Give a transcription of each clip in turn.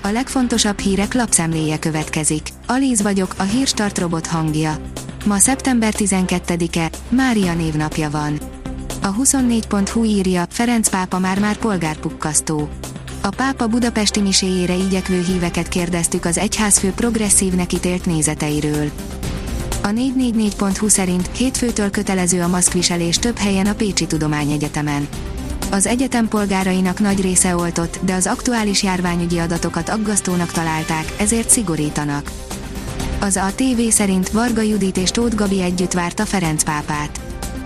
A legfontosabb hírek lapszemléje következik. Alíz vagyok, a Hírstart robot hangja. Ma szeptember 12-e, Mária névnapja van. A 24.hu írja, Ferenc pápa már polgárpukkasztó. A pápa budapesti miséjére igyekvő híveket kérdeztük az egyházfő progresszívnek ítélt nézeteiről. A 444.hu szerint hétfőtől kötelező a maszkviselés több helyen a Pécsi Tudományegyetemen. Az egyetem polgárainak nagy része oltott, de az aktuális járványügyi adatokat aggasztónak találták, ezért szigorítanak. Az ATV szerint Varga Judit és Tóth Gabi együtt várta Ferenc pápát.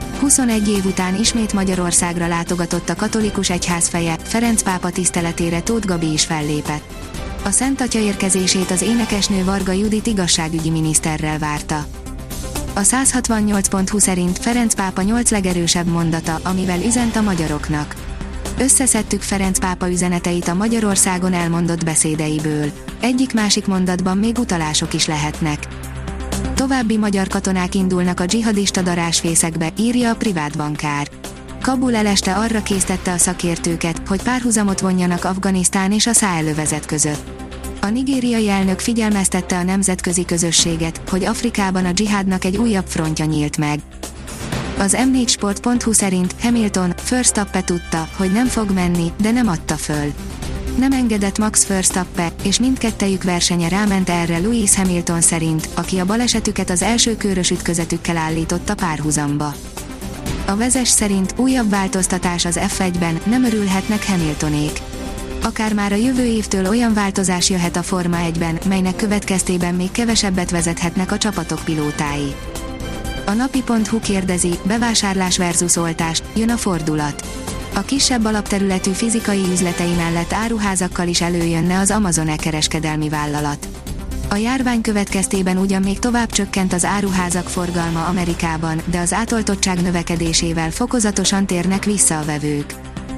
21 év után ismét Magyarországra látogatott a katolikus egyház feje, Ferenc pápa tiszteletére Tóth Gabi is fellépett. A Szent Atya érkezését az énekesnő Varga Judit igazságügyi miniszterrel várta. A 168.hu szerint Ferenc pápa 8 legerősebb mondata, amivel üzent a magyaroknak. Összeszedtük Ferenc pápa üzeneteit a Magyarországon elmondott beszédeiből. Egyik-másik mondatban még utalások is lehetnek. További magyar katonák indulnak a dzsihadista darásfészekbe, írja a privát bankár. Kabul eleste arra késztette a szakértőket, hogy párhuzamot vonjanak Afganisztán és a Száhelövezet között. A nigériai elnök figyelmeztette a nemzetközi közösséget, hogy Afrikában a dzsihádnak egy újabb frontja nyílt meg. Az m4sport.hu szerint Hamilton, Verstappen tudta, hogy nem fog menni, de nem adta föl. Nem engedett Max Verstappen, és mindkettejük versenye ráment erre Lewis Hamilton szerint, aki a balesetüket az első körös ütközetükkel állította párhuzamba. A Vezes szerint újabb változtatás az F1-ben, nem örülhetnek Hamiltonék. Akár már a jövő évtől olyan változás jöhet a Forma 1-ben, melynek következtében még kevesebbet vezethetnek a csapatok pilótái. A napi.hu kérdezi, bevásárlás versus oltás, jön a fordulat. A kisebb alapterületű fizikai üzletei mellett áruházakkal is előjönne az Amazon e-kereskedelmi vállalat. A járvány következtében ugyan még tovább csökkent az áruházak forgalma Amerikában, de az átoltottság növekedésével fokozatosan térnek vissza a vevők.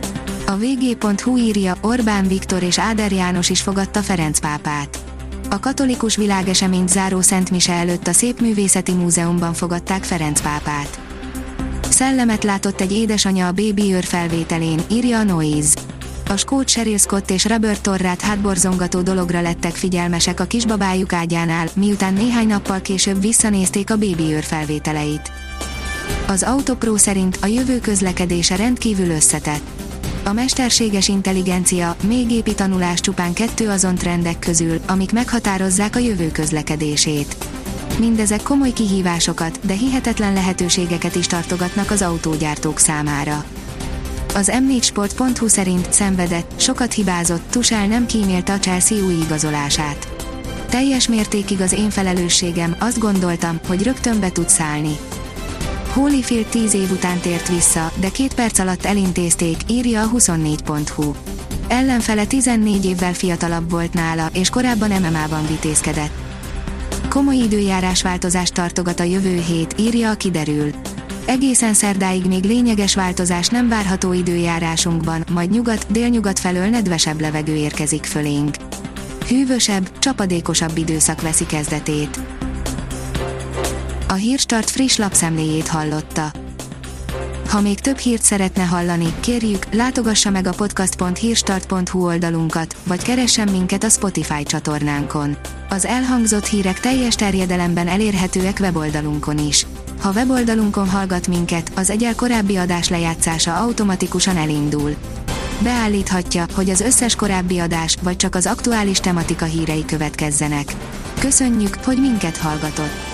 A vg.hu írja, Orbán Viktor és Áder János is fogadta Ferenc pápát. A katolikus világeseményt záró Szent Mise előtt a Szépművészeti Múzeumban fogadták Ferenc pápát. Szellemet látott egy édesanya a Baby Őr felvételén, írja a Noise. A skót Sheryl Scott és Robert Torrát hátborzongató dologra lettek figyelmesek a kisbabájuk ágyánál, miután néhány nappal később visszanézték a Baby Őr felvételeit. Az Autopro szerint a jövő közlekedése rendkívül összetett. A mesterséges intelligencia, mély gépi tanulás csupán 2 azon trendek közül, amik meghatározzák a jövő közlekedését. Mindezek komoly kihívásokat, de hihetetlen lehetőségeket is tartogatnak az autógyártók számára. Az m4sport.hu szerint szenvedett, sokat hibázott, Tuchel nem kímélte a Chelsea új igazolását. Teljes mértékig az én felelősségem, azt gondoltam, hogy rögtön be tud szállni. Holyfield 10 év után tért vissza, de 2 perc alatt elintézték, írja a 24.hu. Ellenfele 14 évvel fiatalabb volt nála, és korábban MMA-ban vitézkedett. Komoly időjárásváltozást tartogat a jövő hét, írja a Kiderül. Egészen szerdáig még lényeges változás nem várható időjárásunkban, majd nyugat-délnyugat felől nedvesebb levegő érkezik fölénk. Hűvösebb, csapadékosabb időszak veszi kezdetét. A Hírstart friss lapszemléjét hallotta. Ha még több hírt szeretne hallani, kérjük, látogassa meg a podcast.hírstart.hu oldalunkat, vagy keressen minket a Spotify csatornánkon. Az elhangzott hírek teljes terjedelemben elérhetőek weboldalunkon is. Ha weboldalunkon hallgat minket, az egyel korábbi adás lejátszása automatikusan elindul. Beállíthatja, hogy az összes korábbi adás, vagy csak az aktuális tematika hírei következzenek. Köszönjük, hogy minket hallgatott!